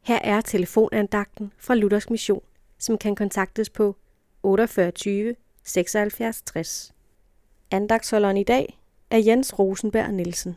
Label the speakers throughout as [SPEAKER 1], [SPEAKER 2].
[SPEAKER 1] Her er telefonandagten fra Luthersk Mission, som kan kontaktes på 48 76 60. Andagtsholderen i dag er Jens Rosenberg Nielsen.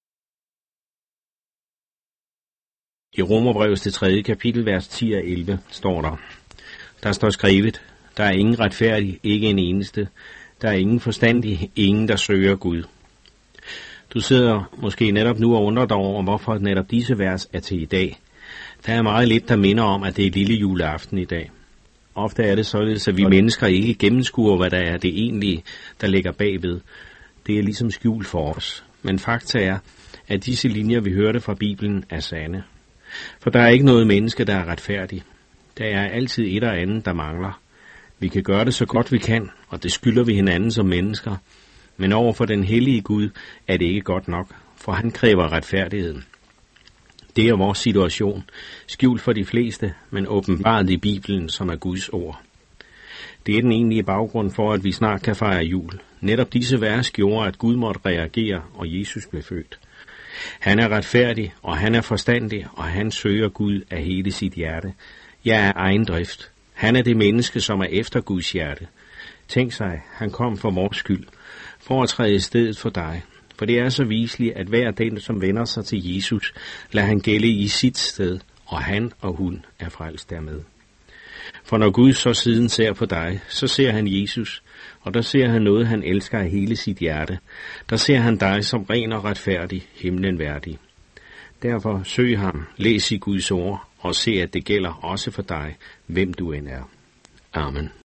[SPEAKER 2] I Romerbrevets det 3. kapitel, vers 10 og 11, står der står skrevet: Der er ingen retfærdig, ikke en eneste. Der er ingen forstandig, ingen der søger Gud. Du sidder måske netop nu og undrer dig over, hvorfor netop disse vers er til i dag. Der er meget lidt, der minder om, at det er lille juleaften i dag. Ofte er det således, at vi mennesker ikke gennemskuer, hvad der er det egentlige, der ligger bagved. Det er ligesom skjult for os. Men fakta er, at disse linjer, vi hørte fra Bibelen, er sande. For der er ikke noget menneske, der er retfærdig. Der er altid et og andet, der mangler. Vi kan gøre det så godt vi kan, og det skylder vi hinanden som mennesker. Men over for den hellige Gud er det ikke godt nok, for han kræver retfærdigheden. Det er vores situation, skjult for de fleste, men åbenbart i Bibelen, som er Guds ord. Det er den egentlige baggrund for, at vi snart kan fejre jul. Netop disse vers gjorde, at Gud måtte reagere, og Jesus blev født. Han er retfærdig, og han er forstandig, og han søger Gud af hele sit hjerte. Jeg er egen drift. Han er det menneske, som er efter Guds hjerte. Tænk sig, han kom for vores skyld, for at træde i stedet for dig. For det er så viseligt, at hver den, som vender sig til Jesus, lader han gælde i sit sted, og han og hun er frelst dermed. For når Gud så siden ser på dig, så ser han Jesus, og der ser han noget, han elsker af hele sit hjerte. Der ser han dig som ren og retfærdig, himlen værdig. Derfor søg ham, læs i Guds ord, og se, at det gælder også for dig, hvem du end er. Amen.